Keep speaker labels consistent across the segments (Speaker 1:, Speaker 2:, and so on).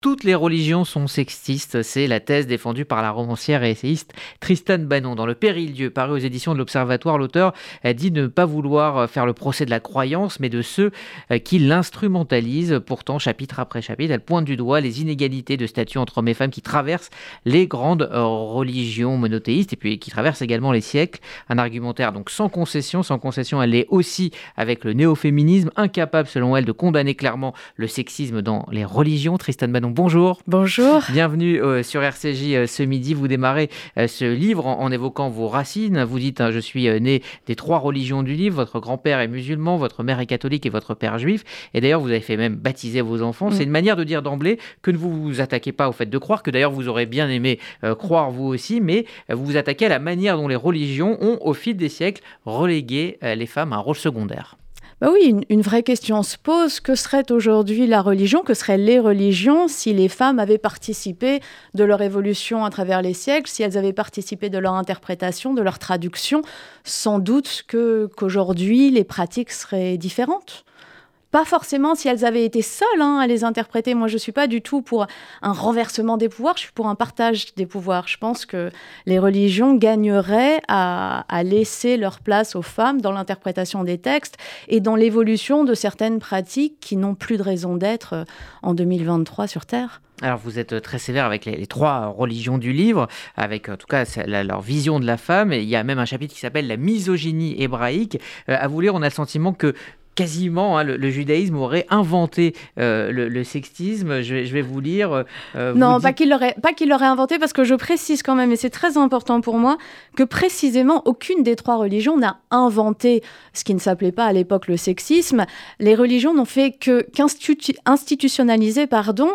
Speaker 1: Toutes les religions sont sexistes, c'est la thèse défendue par la romancière et essayiste Tristan Banon. Dans Le Péril-Dieu, paru aux éditions de l'Observatoire, l'auteur dit ne pas vouloir faire le procès de la croyance, mais de ceux qui l'instrumentalisent. Pourtant, chapitre après chapitre, elle pointe du doigt les inégalités de statut entre hommes et femmes qui traversent les grandes religions monothéistes et puis qui traversent également les siècles. Un argumentaire donc sans concession. Sans concession, elle est aussi avec le néo-féminisme, incapable selon elle de condamner clairement le sexisme dans les religions. Tristan Banon, bonjour.
Speaker 2: Bonjour.
Speaker 1: Bienvenue sur RCJ ce midi. Vous démarrez ce livre en évoquant vos racines. Vous dites je suis né des 3 religions du livre. Votre grand-père est musulman, votre mère est catholique et votre père juif. Et d'ailleurs, vous avez fait même baptiser vos enfants. C'est une manière de dire d'emblée que ne vous vous attaquez pas au fait de croire, que d'ailleurs vous aurez bien aimé croire vous aussi, mais vous vous attaquez à la manière dont les religions ont, au fil des siècles, relégué les femmes à un rôle secondaire.
Speaker 2: Bah oui, une vraie question se pose. Que serait aujourd'hui la religion, que seraient les religions si les femmes avaient participé de leur évolution à travers les siècles, si elles avaient participé de leur interprétation, de leur traduction? Sans doute qu'aujourd'hui, les pratiques seraient différentes. Pas forcément si elles avaient été seules à les interpréter. Moi, je ne suis pas du tout pour un renversement des pouvoirs, je suis pour un partage des pouvoirs. Je pense que les religions gagneraient à laisser leur place aux femmes dans l'interprétation des textes et dans l'évolution de certaines pratiques qui n'ont plus de raison d'être en 2023 sur Terre.
Speaker 1: Alors vous êtes très sévère avec les 3 religions du livre, avec en tout cas leur vision de la femme. Et il y a même un chapitre qui s'appelle « La misogynie hébraïque ». À vous lire, on a le sentiment que quasiment, le judaïsme aurait inventé le sexisme. Je vais vous lire.
Speaker 2: Non, pas qu'il l'aurait inventé, parce que je précise quand même, et c'est très important pour moi, que précisément aucune des 3 religions n'a inventé ce qui ne s'appelait pas à l'époque le sexisme. Les religions n'ont fait qu'institutionnaliser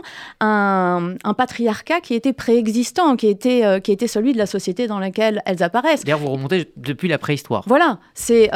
Speaker 2: un patriarcat qui était préexistant, qui était celui de la société dans laquelle elles apparaissent.
Speaker 1: D'ailleurs, vous remontez depuis la préhistoire.
Speaker 2: Voilà, et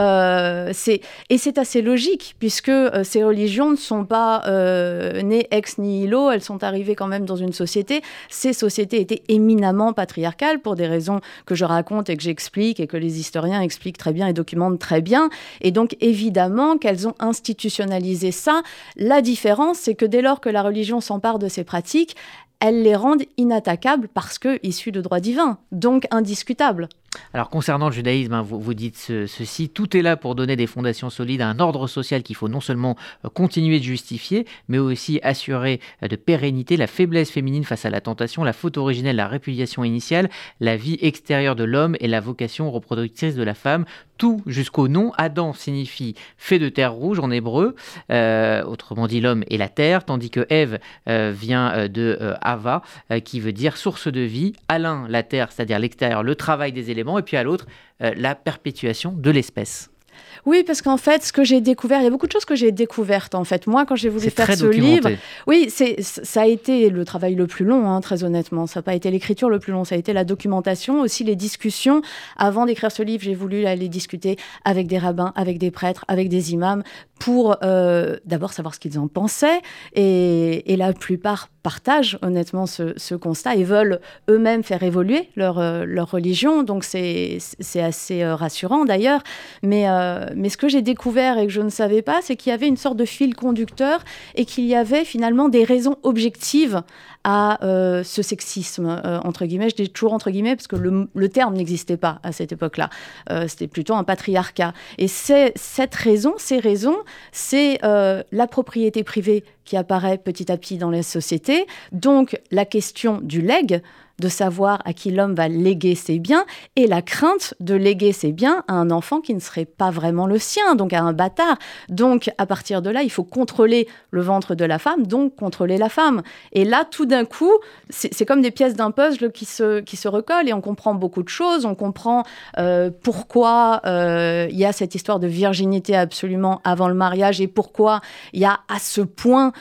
Speaker 2: c'est assez logique, puisque ces religions ne sont pas nées ex nihilo, elles sont arrivées quand même dans une société. Ces sociétés étaient éminemment patriarcales pour des raisons que je raconte et que j'explique et que les historiens expliquent très bien et documentent très bien. Et donc, évidemment, qu'elles ont institutionnalisé ça. La différence, c'est que dès lors que la religion s'empare de ces pratiques, elles les rendent inattaquables parce que issues de droit divin, donc indiscutables.
Speaker 1: Alors concernant le judaïsme, vous dites ceci, tout est là pour donner des fondations solides à un ordre social qu'il faut non seulement continuer de justifier, mais aussi assurer de pérennité, la faiblesse féminine face à la tentation, la faute originelle, la répudiation initiale, la vie extérieure de l'homme et la vocation reproductrice de la femme, tout jusqu'au nom. Adam signifie fait de terre rouge en hébreu, autrement dit l'homme et la terre, tandis que Ève vient de Hava, qui veut dire source de vie, à l'un la terre, c'est-à-dire l'extérieur, le travail des éléments, et puis à l'autre, la perpétuation de l'espèce.
Speaker 2: Oui, parce qu'en fait, ce que j'ai découvert, il y a beaucoup de choses que j'ai découvertes, en fait. Moi, quand j'ai voulu faire ce livre... Oui, ça a été le travail le plus long, très honnêtement. Ça n'a pas été l'écriture le plus long, ça a été la documentation, aussi les discussions. Avant d'écrire ce livre, j'ai voulu aller discuter avec des rabbins, avec des prêtres, avec des imams, pour d'abord savoir ce qu'ils en pensaient. Et la plupart partagent honnêtement ce constat et veulent eux-mêmes faire évoluer leur religion. Donc, c'est assez rassurant, d'ailleurs. Mais ce que j'ai découvert et que je ne savais pas, c'est qu'il y avait une sorte de fil conducteur et qu'il y avait finalement des raisons objectives à ce sexisme, entre guillemets. Je dis toujours entre guillemets parce que le terme n'existait pas à cette époque-là. C'était plutôt un patriarcat. Et ces raisons, c'est la propriété privée qui apparaît petit à petit dans la société. Donc, la question du legs, de savoir à qui l'homme va léguer ses biens, et la crainte de léguer ses biens à un enfant qui ne serait pas vraiment le sien, donc à un bâtard. Donc, à partir de là, il faut contrôler le ventre de la femme, donc contrôler la femme. Et là, tout d'un coup, c'est comme des pièces d'un puzzle qui se recollent, et on comprend beaucoup de choses. On comprend pourquoi il y a cette histoire de virginité absolument avant le mariage, et pourquoi il y a à ce point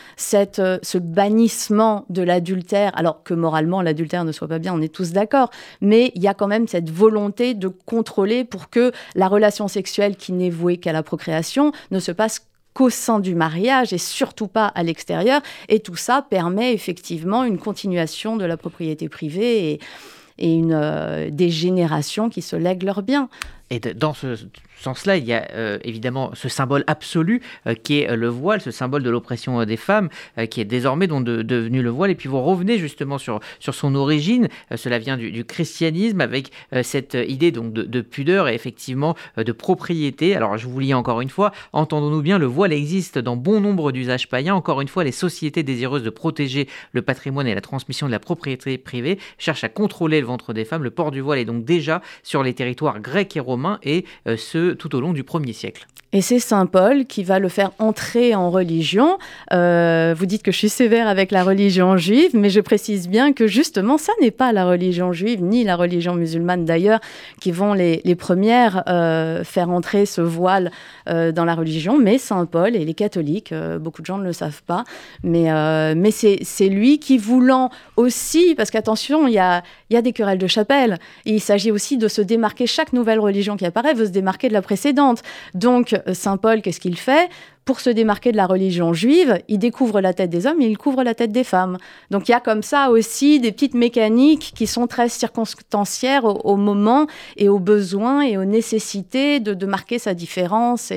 Speaker 2: ce bannissement de l'adultère, alors que moralement, l'adultère ne soit pas bien, on est tous d'accord, mais il y a quand même cette volonté de contrôler pour que la relation sexuelle qui n'est vouée qu'à la procréation ne se passe qu'au sein du mariage et surtout pas à l'extérieur. Et tout ça permet effectivement une continuation de la propriété privée et des générations qui se lèguent leurs biens.
Speaker 1: Et dans sens-là, il y a évidemment ce symbole absolu qui est le voile, ce symbole de l'oppression des femmes, qui est désormais donc devenu le voile. Et puis vous revenez justement sur son origine. Cela vient du christianisme, avec cette idée donc de pudeur et effectivement de propriété. Alors je vous lis encore une fois, entendons-nous bien, le voile existe dans bon nombre d'usages païens. Encore une fois, les sociétés désireuses de protéger le patrimoine et la transmission de la propriété privée cherchent à contrôler le ventre des femmes. Le port du voile est donc déjà sur les territoires grecs et romains, et ce tout au long du 1er siècle.
Speaker 2: Et c'est saint Paul qui va le faire entrer en religion. Vous dites que je suis sévère avec la religion juive, mais je précise bien que justement, ça n'est pas la religion juive, ni la religion musulmane d'ailleurs, qui vont les premières faire entrer ce voile dans la religion, mais saint Paul et les catholiques. Beaucoup de gens ne le savent pas, mais c'est lui qui, voulant aussi, parce qu'attention, il y a des querelles de chapelle, et il s'agit aussi de se démarquer, chaque nouvelle religion qui apparaît veut se démarquer de la précédente. Donc, saint Paul, qu'est-ce qu'il fait ? Pour se démarquer de la religion juive, il découvre la tête des hommes et il couvre la tête des femmes. Donc il y a comme ça aussi des petites mécaniques qui sont très circonstancières au moment et aux besoins et aux nécessités de marquer sa différence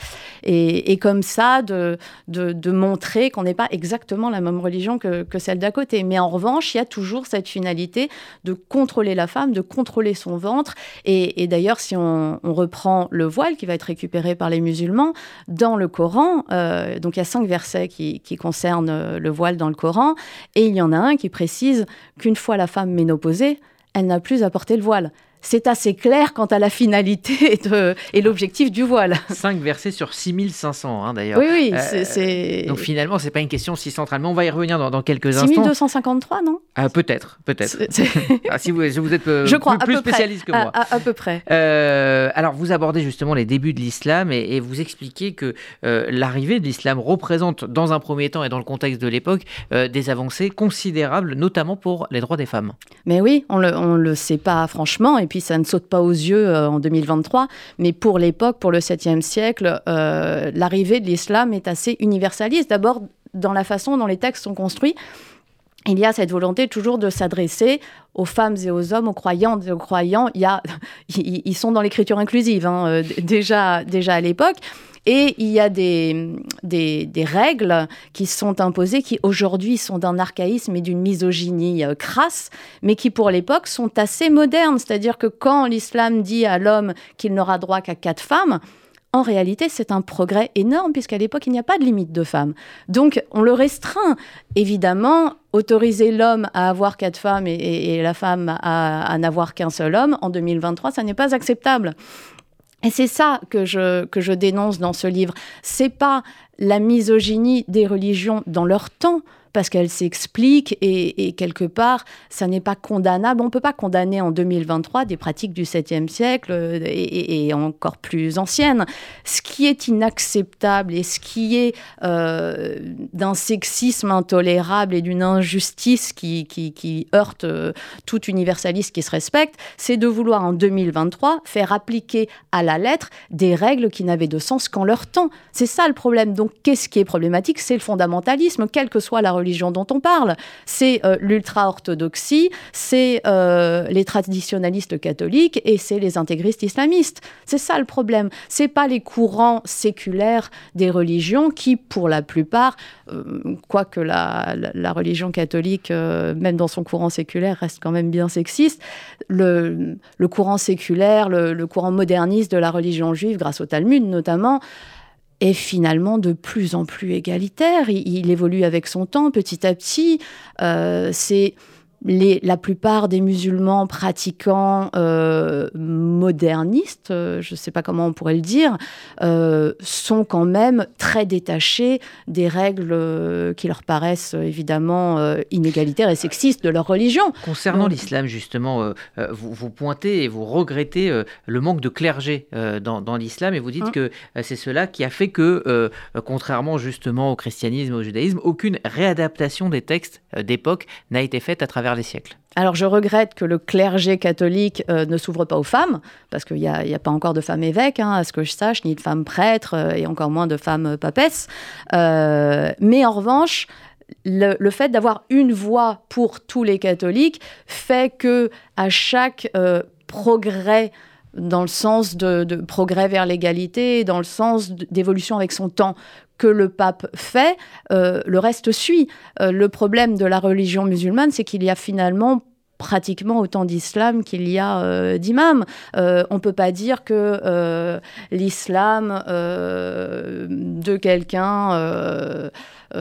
Speaker 2: et comme ça de montrer qu'on n'est pas exactement la même religion que celle d'à côté. Mais en revanche, il y a toujours cette finalité de contrôler la femme, de contrôler son ventre. Et d'ailleurs, si on reprend le voile qui va être récupéré par les musulmans, dans le Coran, donc il y a 5 versets qui concernent le voile dans le Coran, et il y en a un qui précise qu'une fois la femme ménopausée, elle n'a plus à porter le voile. C'est assez clair quant à la finalité et l'objectif du voile.
Speaker 1: 5 versets sur 6500, d'ailleurs.
Speaker 2: Oui,
Speaker 1: donc finalement, ce n'est pas une question si centrale. Mais on va y revenir dans quelques instants.
Speaker 2: 6253, non ?
Speaker 1: Peut-être. Si vous êtes plus spécialiste que moi.
Speaker 2: À peu près.
Speaker 1: Alors, vous abordez justement les débuts de l'islam et vous expliquez que l'arrivée de l'islam représente, dans un premier temps et dans le contexte de l'époque, des avancées considérables, notamment pour les droits des femmes.
Speaker 2: Mais oui, on le sait pas franchement, et puis ça ne saute pas aux yeux en 2023, mais pour l'époque, pour le 7e siècle, l'arrivée de l'islam est assez universaliste. D'abord, dans la façon dont les textes sont construits, il y a cette volonté toujours de s'adresser aux femmes et aux hommes, aux croyantes et aux croyants. Ils sont dans l'écriture inclusive, déjà à l'époque. Et il y a des règles qui sont imposées, qui aujourd'hui sont d'un archaïsme et d'une misogynie crasse, mais qui pour l'époque sont assez modernes. C'est-à-dire que quand l'islam dit à l'homme qu'il n'aura droit qu'à 4 femmes, en réalité, c'est un progrès énorme, puisqu'à l'époque, il n'y a pas de limite de femmes. Donc, on le restreint. Évidemment, autoriser l'homme à avoir 4 femmes et la femme à n'avoir qu'un seul homme, en 2023, ça n'est pas acceptable. Et c'est ça que je dénonce dans ce livre. C'est pas la misogynie des religions dans leur temps, parce qu'elle s'explique et quelque part, ça n'est pas condamnable. On ne peut pas condamner en 2023 des pratiques du 7e siècle et encore plus anciennes. Ce qui est inacceptable et ce qui est d'un sexisme intolérable et d'une injustice qui heurte tout universaliste qui se respecte, c'est de vouloir en 2023 faire appliquer à la lettre des règles qui n'avaient de sens qu'en leur temps. C'est ça le problème. Donc, qu'est-ce qui est problématique ? C'est le fondamentalisme, quelle que soit la religion dont on parle. C'est l'ultra-orthodoxie, c'est les traditionalistes catholiques et c'est les intégristes islamistes. C'est ça le problème. C'est pas les courants séculaires des religions qui, pour la plupart, quoique la religion catholique, même dans son courant séculaire, reste quand même bien sexiste, le courant séculaire, le courant moderniste de la religion juive, grâce au Talmud notamment, est finalement de plus en plus égalitaire. Il évolue avec son temps, petit à petit. C'est la plupart des musulmans pratiquants modernistes, je ne sais pas comment on pourrait le dire, sont quand même très détachés des règles qui leur paraissent évidemment inégalitaires et sexistes de leur religion.
Speaker 1: Concernant l'islam, justement, vous pointez et vous regrettez le manque de clergé dans l'islam, et vous dites que c'est cela qui a fait que, contrairement justement au christianisme et au judaïsme, aucune réadaptation des textes d'époque n'a été faite à travers les siècles.
Speaker 2: Alors, je regrette que le clergé catholique ne s'ouvre pas aux femmes, parce qu'il n'y a pas encore de femmes évêques, à ce que je sache, ni de femmes prêtres, et encore moins de femmes papesses. Mais en revanche, le fait d'avoir une voix pour tous les catholiques fait que à chaque progrès dans le sens de progrès vers l'égalité, dans le sens d'évolution avec son temps que le pape fait, le reste suit. Le problème de la religion musulmane, c'est qu'il y a finalement pratiquement autant d'islam qu'il y a d'imams. On ne peut pas dire que l'islam de quelqu'un...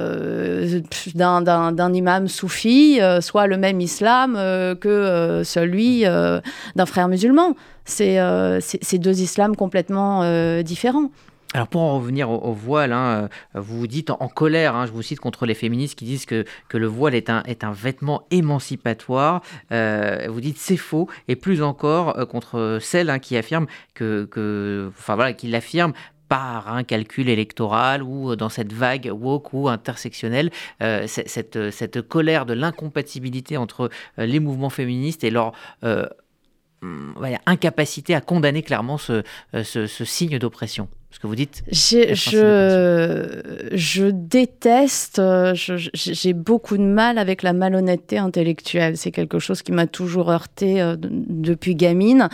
Speaker 2: d'un imam soufi soit le même islam que celui d'un frère musulman. C'est deux islams complètement différents.
Speaker 1: Alors pour en revenir au voile, vous vous dites en colère, je vous cite, contre les féministes qui disent que le voile est un vêtement émancipatoire. Vous dites c'est faux, et plus encore contre celles qui affirment qui l'affirment par un calcul électoral ou dans cette vague woke ou intersectionnelle, cette colère de l'incompatibilité entre les mouvements féministes et leur incapacité à condamner clairement ce signe d'oppression. Ce que vous dites.
Speaker 2: Je déteste, j'ai beaucoup de mal avec la malhonnêteté intellectuelle. C'est quelque chose qui m'a toujours heurtée depuis gamine.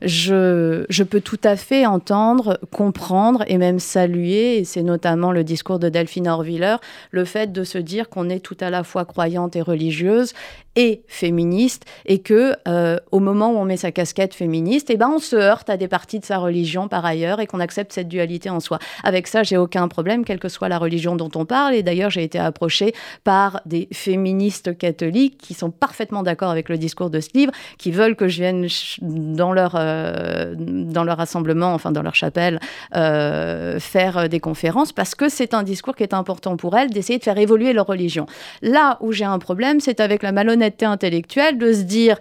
Speaker 2: Je peux tout à fait entendre, comprendre et même saluer, et c'est notamment le discours de Delphine Horviller, le fait de se dire qu'on est tout à la fois croyante et religieuse et féministe, et que au moment où on met sa casquette féministe, on se heurte à des parties de sa religion par ailleurs, et qu'on accepte cette dualité en soi. Avec ça, j'ai aucun problème, quelle que soit la religion dont on parle. Et d'ailleurs, j'ai été approchée par des féministes catholiques qui sont parfaitement d'accord avec le discours de ce livre, qui veulent que je vienne dans leur rassemblement, enfin dans leur chapelle, faire des conférences, parce que c'est un discours qui est important pour elles, d'essayer de faire évoluer leur religion. Là où j'ai un problème, c'est avec la malhonnêteté intellectuelle de se dire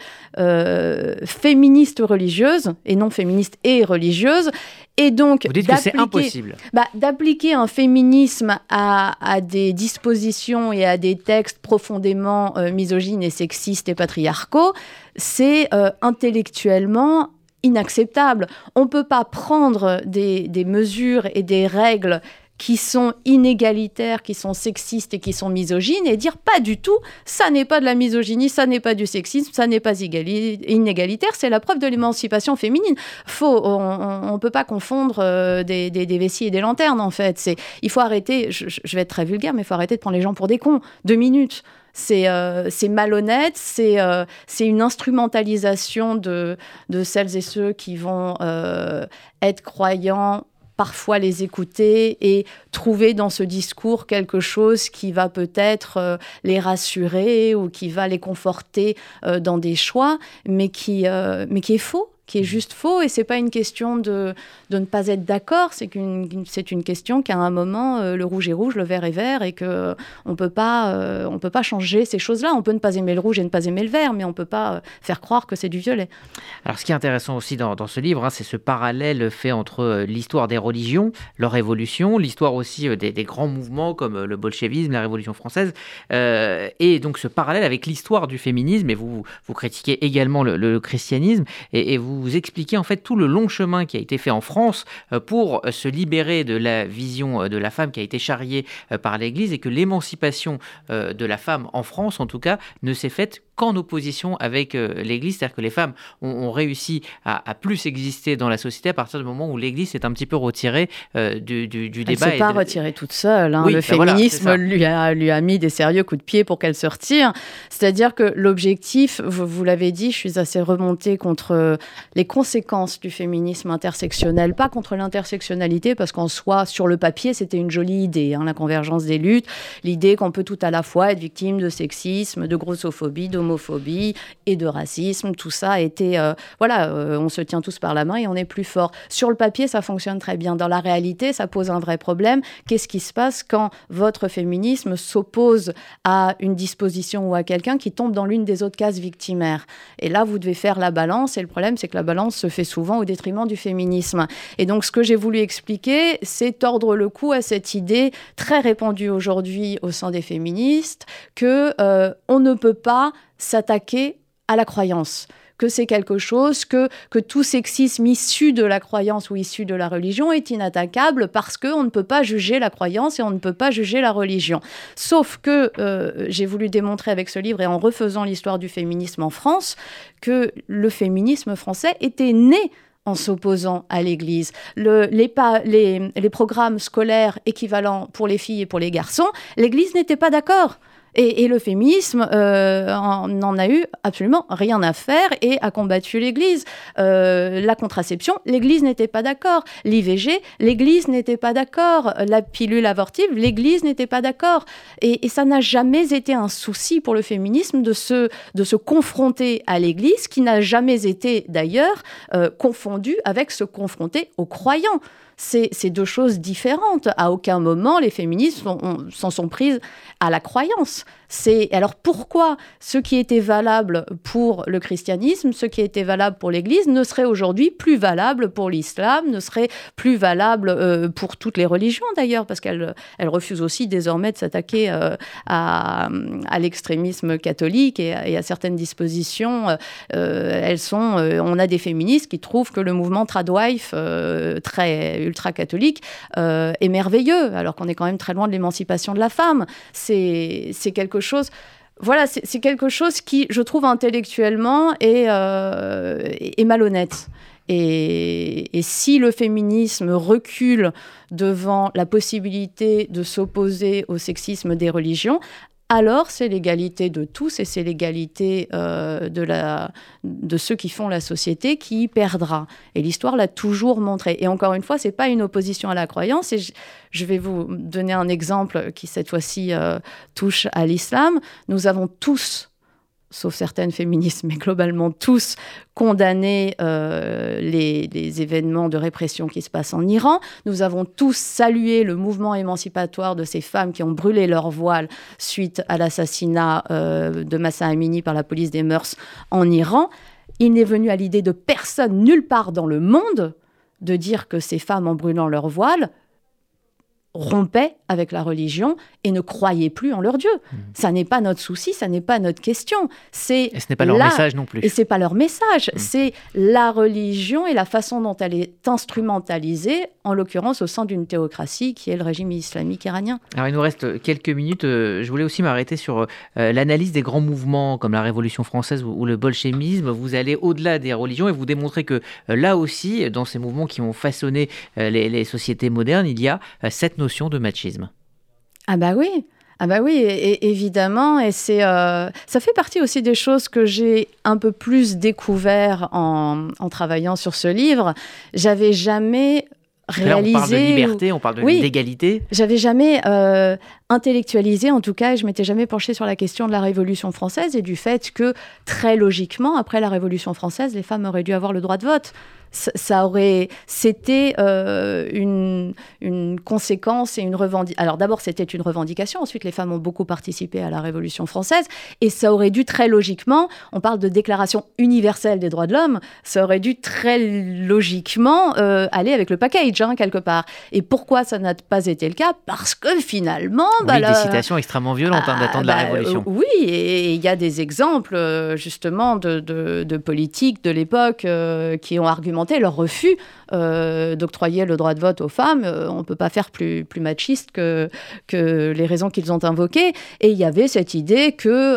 Speaker 2: féministe religieuse, et non féministe et religieuse. Et donc,
Speaker 1: vous dites que c'est impossible.
Speaker 2: D'appliquer un féminisme à des dispositions et à des textes profondément misogynes et sexistes et patriarcaux, c'est intellectuellement inacceptable. On ne peut pas prendre des mesures et des règles qui sont inégalitaires, qui sont sexistes et qui sont misogynes, et dire pas du tout, ça n'est pas de la misogynie, ça n'est pas du sexisme, ça n'est pas inégalitaire, c'est la preuve de l'émancipation féminine. On ne peut pas confondre des vessies et des lanternes, en fait. Il faut arrêter, je vais être très vulgaire, mais il faut arrêter de prendre les gens pour des cons. 2 minutes. C'est malhonnête, c'est une instrumentalisation de celles et ceux qui vont être croyants, parfois les écouter et trouver dans ce discours quelque chose qui va peut-être les rassurer ou qui va les conforter dans des choix, mais qui est faux, qui est juste faux. Et c'est pas une question de ne pas être d'accord, c'est une question qu'à un moment, le rouge est rouge, le vert est vert, et qu'on peut pas changer ces choses-là. On peut ne pas aimer le rouge et ne pas aimer le vert, mais on peut pas faire croire que c'est du violet.
Speaker 1: Alors, ce qui est intéressant aussi dans ce livre, c'est ce parallèle fait entre l'histoire des religions, leur évolution, l'histoire aussi des grands mouvements comme le bolchevisme, la Révolution française, et donc ce parallèle avec l'histoire du féminisme. Et vous critiquez également le christianisme, et vous expliquez en fait tout le long chemin qui a été fait en France pour se libérer de la vision de la femme qui a été charriée par l'Église, et que l'émancipation de la femme en France, en tout cas, ne s'est faite qu'en opposition avec l'Église. C'est-à-dire que les femmes ont réussi à plus exister dans la société à partir du moment où l'Église s'est un petit peu retirée du débat.
Speaker 2: Elle ne s'est pas retirée toute seule. Oui, le féminisme lui a mis des sérieux coups de pied pour qu'elle se retire. C'est-à-dire que l'objectif, vous l'avez dit, je suis assez remontée contre les conséquences du féminisme intersectionnel, pas contre l'intersectionnalité, parce qu'en soi, sur le papier, c'était une jolie idée, la convergence des luttes, l'idée qu'on peut tout à la fois être victime de sexisme, de grossophobie, d'homophobie et de racisme. Tout ça a été... on se tient tous par la main et on est plus fort. Sur le papier, ça fonctionne très bien. Dans la réalité, ça pose un vrai problème. Qu'est-ce qui se passe quand votre féminisme s'oppose à une disposition ou à quelqu'un qui tombe dans l'une des autres cases victimaires? Et là, vous devez faire la balance, et le problème, c'est que la balance se fait souvent au détriment du féminisme. Et donc, ce que j'ai voulu expliquer, c'est tordre le cou à cette idée très répandue aujourd'hui au sein des féministes que on ne peut pas s'attaquer à la croyance, que c'est quelque chose, que tout sexisme issu de la croyance ou issu de la religion est inattaquable parce qu'on ne peut pas juger la croyance et on ne peut pas juger la religion. Sauf que j'ai voulu démontrer avec ce livre et en refaisant l'histoire du féminisme en France que le féminisme français était né en s'opposant à l'Église. Les programmes scolaires équivalents pour les filles et pour les garçons, l'Église n'était pas d'accord. Et le féminisme n'en a eu absolument rien à faire et a combattu l'Église. La contraception, l'Église n'était pas d'accord. L'IVG, l'Église n'était pas d'accord. La pilule abortive, l'Église n'était pas d'accord. Et ça n'a jamais été un souci pour le féminisme de se confronter à l'Église, qui n'a jamais été d'ailleurs confondu avec se confronter aux croyants. C'est deux choses différentes. À aucun moment, les féministes s'en sont prises à la croyance. Alors pourquoi ce qui était valable pour le christianisme, ce qui était valable pour l'Église, ne serait aujourd'hui plus valable pour l'islam, ne serait plus valable pour toutes les religions d'ailleurs, parce qu'elles refusent aussi désormais de s'attaquer à l'extrémisme catholique et à certaines dispositions. On a des féministes qui trouvent que le mouvement tradwife, très ultra-catholique, est merveilleux, alors qu'on est quand même très loin de l'émancipation de la femme. C'est quelque chose... Voilà, c'est quelque chose qui, je trouve, intellectuellement est malhonnête. Et si le féminisme recule devant la possibilité de s'opposer au sexisme des religions, alors c'est l'égalité de tous et c'est l'égalité de ceux qui font la société qui perdra. Et l'histoire l'a toujours montré. Et encore une fois, ce n'est pas une opposition à la croyance. Et je vais vous donner un exemple qui, cette fois-ci, touche à l'islam. Nous avons tous, sauf certaines féministes, mais globalement tous, condamné les événements de répression qui se passent en Iran. Nous avons tous salué le mouvement émancipatoire de ces femmes qui ont brûlé leur voile suite à l'assassinat de Mahsa Amini par la police des mœurs en Iran. Il n'est venu à l'idée de personne, nulle part dans le monde, de dire que ces femmes, en brûlant leur voile, rompaient avec la religion et ne croyaient plus en leur Dieu. Ça n'est pas notre souci, ça n'est pas notre question.
Speaker 1: Et ce n'est pas leur message non plus.
Speaker 2: Et ce n'est pas leur message. C'est la religion et la façon dont elle est instrumentalisée, en l'occurrence au sein d'une théocratie qui est le régime islamique iranien.
Speaker 1: Alors il nous reste quelques minutes. Je voulais aussi m'arrêter sur l'analyse des grands mouvements comme la Révolution française ou le bolchevisme. Vous allez au-delà des religions et vous démontrez que là aussi, dans ces mouvements qui ont façonné les sociétés modernes, il y a cette notion de machisme.
Speaker 2: Ah bah oui, et évidemment, et ça fait partie aussi des choses que j'ai un peu plus découvert en travaillant sur ce livre. J'avais jamais réalisé...
Speaker 1: Là, on parle de liberté, on parle d'égalité.
Speaker 2: J'avais jamais intellectualisé, en tout cas, et je m'étais jamais penchée sur la question de la Révolution française et du fait que, très logiquement, après la Révolution française, les femmes auraient dû avoir le droit de vote. C'était une conséquence et une revendication. Alors d'abord, c'était une revendication. Ensuite, les femmes ont beaucoup participé à la Révolution française. Et ça aurait dû très logiquement, on parle de déclaration universelle des droits de l'homme, ça aurait dû très logiquement aller avec le package, quelque part. Et pourquoi ça n'a pas été le cas ? Parce que finalement...
Speaker 1: des citations extrêmement violentes datant de la Révolution.
Speaker 2: Oui, et il y a des exemples justement de politiques de l'époque qui ont argumenté leur refus d'octroyer le droit de vote aux femmes. On ne peut pas faire plus machiste que les raisons qu'ils ont invoquées. Et il y avait cette idée que,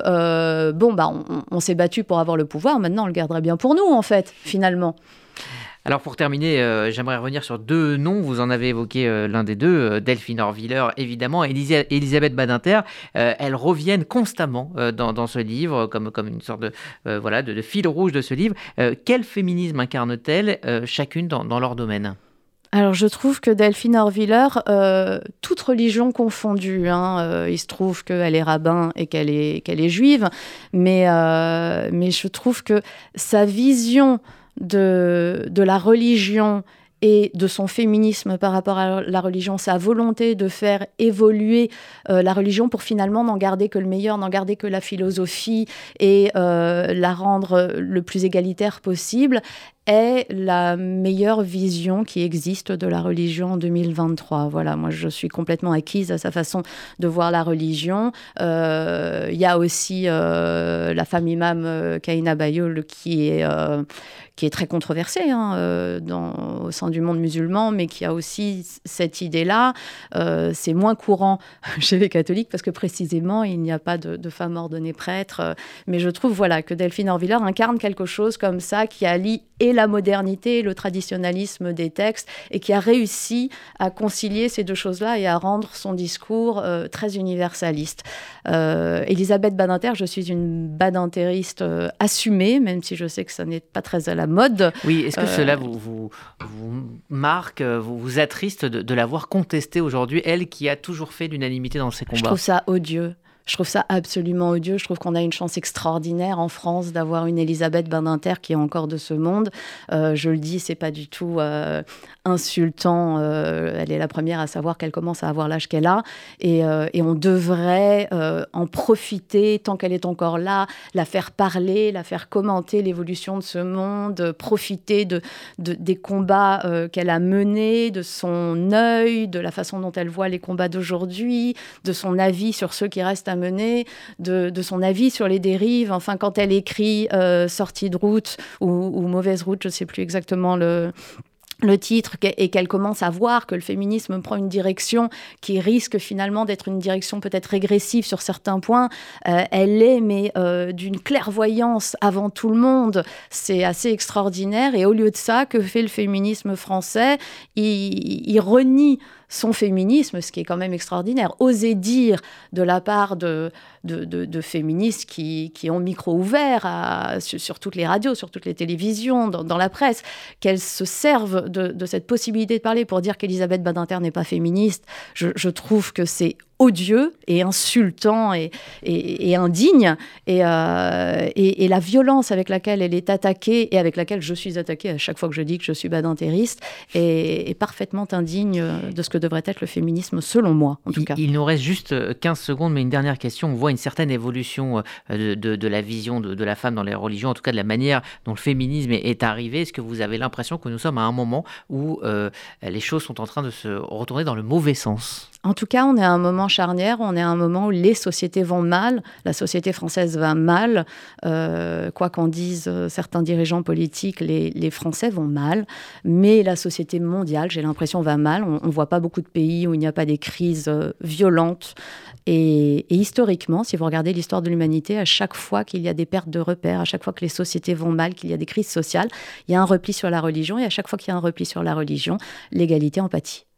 Speaker 2: on s'est battu pour avoir le pouvoir, maintenant on le garderait bien pour nous, en fait, finalement.
Speaker 1: Alors pour terminer, j'aimerais revenir sur deux noms. Vous en avez évoqué l'un des deux, Delphine Orwiller évidemment, Elisabeth Badinter. Elles reviennent constamment dans ce livre comme une sorte de fil rouge de ce livre. Quel féminisme incarne-t-elle chacune dans leur domaine ?
Speaker 2: Alors, je trouve que Delphine Orwiller, toute religion confondue, il se trouve qu'elle est rabbin et qu'elle est juive, mais je trouve que sa vision de la religion et de son féminisme par rapport à la religion, sa volonté de faire évoluer la religion pour finalement n'en garder que le meilleur, n'en garder que la philosophie et la rendre le plus égalitaire possible, est la meilleure vision qui existe de la religion en 2023. Voilà, moi je suis complètement acquise à sa façon de voir la religion. Il y a aussi la femme imam Kaina Bayol qui est très controversée au sein du monde musulman, mais qui a aussi cette idée-là. C'est moins courant chez les catholiques parce que précisément, il n'y a pas de femmes ordonnées prêtres. Mais je trouve que Delphine Orwiller incarne quelque chose comme ça qui allie et la modernité, le traditionnalisme des textes, et qui a réussi à concilier ces deux choses-là et à rendre son discours très universaliste. Elisabeth Badinter, je suis une badinteriste assumée, même si je sais que ça n'est pas très à la mode.
Speaker 1: Oui, est-ce que cela vous marque, vous attriste de l'avoir contestée aujourd'hui, elle qui a toujours fait l'unanimité dans ses combats?
Speaker 2: Je trouve ça odieux. Je trouve ça absolument odieux. Je trouve qu'on a une chance extraordinaire en France d'avoir une Elisabeth Badinter qui est encore de ce monde. Je le dis, c'est pas du tout insultant. Elle est la première à savoir qu'elle commence à avoir l'âge qu'elle a. Et on devrait en profiter tant qu'elle est encore là, la faire parler, la faire commenter l'évolution de ce monde, profiter des combats qu'elle a menés, de son œil, de la façon dont elle voit les combats d'aujourd'hui, de son avis sur ceux qui restent à mener, de son avis sur les dérives. Enfin, quand elle écrit Sortie de route ou Mauvaise route, je ne sais plus exactement le titre, et qu'elle commence à voir que le féminisme prend une direction qui risque finalement d'être une direction peut-être régressive sur certains points. Elle est, mais d'une clairvoyance avant tout le monde. C'est assez extraordinaire. Et au lieu de ça, que fait le féminisme français ? Il renie son féminisme, ce qui est quand même extraordinaire. Oser dire de la part de féministes qui ont micro ouvert sur toutes les radios, sur toutes les télévisions, dans la presse, qu'elles se servent de cette possibilité de parler pour dire qu'Elisabeth Badinter n'est pas féministe. Je trouve que c'est odieux et insultant et indigne. Et la violence avec laquelle elle est attaquée et avec laquelle je suis attaquée à chaque fois que je dis que je suis badinteriste est parfaitement indigne de ce que devrait être le féminisme, selon moi, en tout cas.
Speaker 1: Il nous reste juste 15 secondes, mais une dernière question. On voit une certaine évolution de la vision de la femme dans les religions, en tout cas de la manière dont le féminisme est arrivé. Est-ce que vous avez l'impression que nous sommes à un moment où les choses sont en train de se retourner dans le mauvais sens ?
Speaker 2: En tout cas, on est à un moment charnière, on est à un moment où les sociétés vont mal, la société française va mal, quoi qu'en disent certains dirigeants politiques, les Français vont mal, mais la société mondiale, j'ai l'impression, va mal. On ne voit pas beaucoup de pays où il n'y a pas des crises violentes. Et historiquement, si vous regardez l'histoire de l'humanité, à chaque fois qu'il y a des pertes de repères, à chaque fois que les sociétés vont mal, qu'il y a des crises sociales, il y a un repli sur la religion, et à chaque fois qu'il y a un repli sur la religion, l'égalité en pâtit.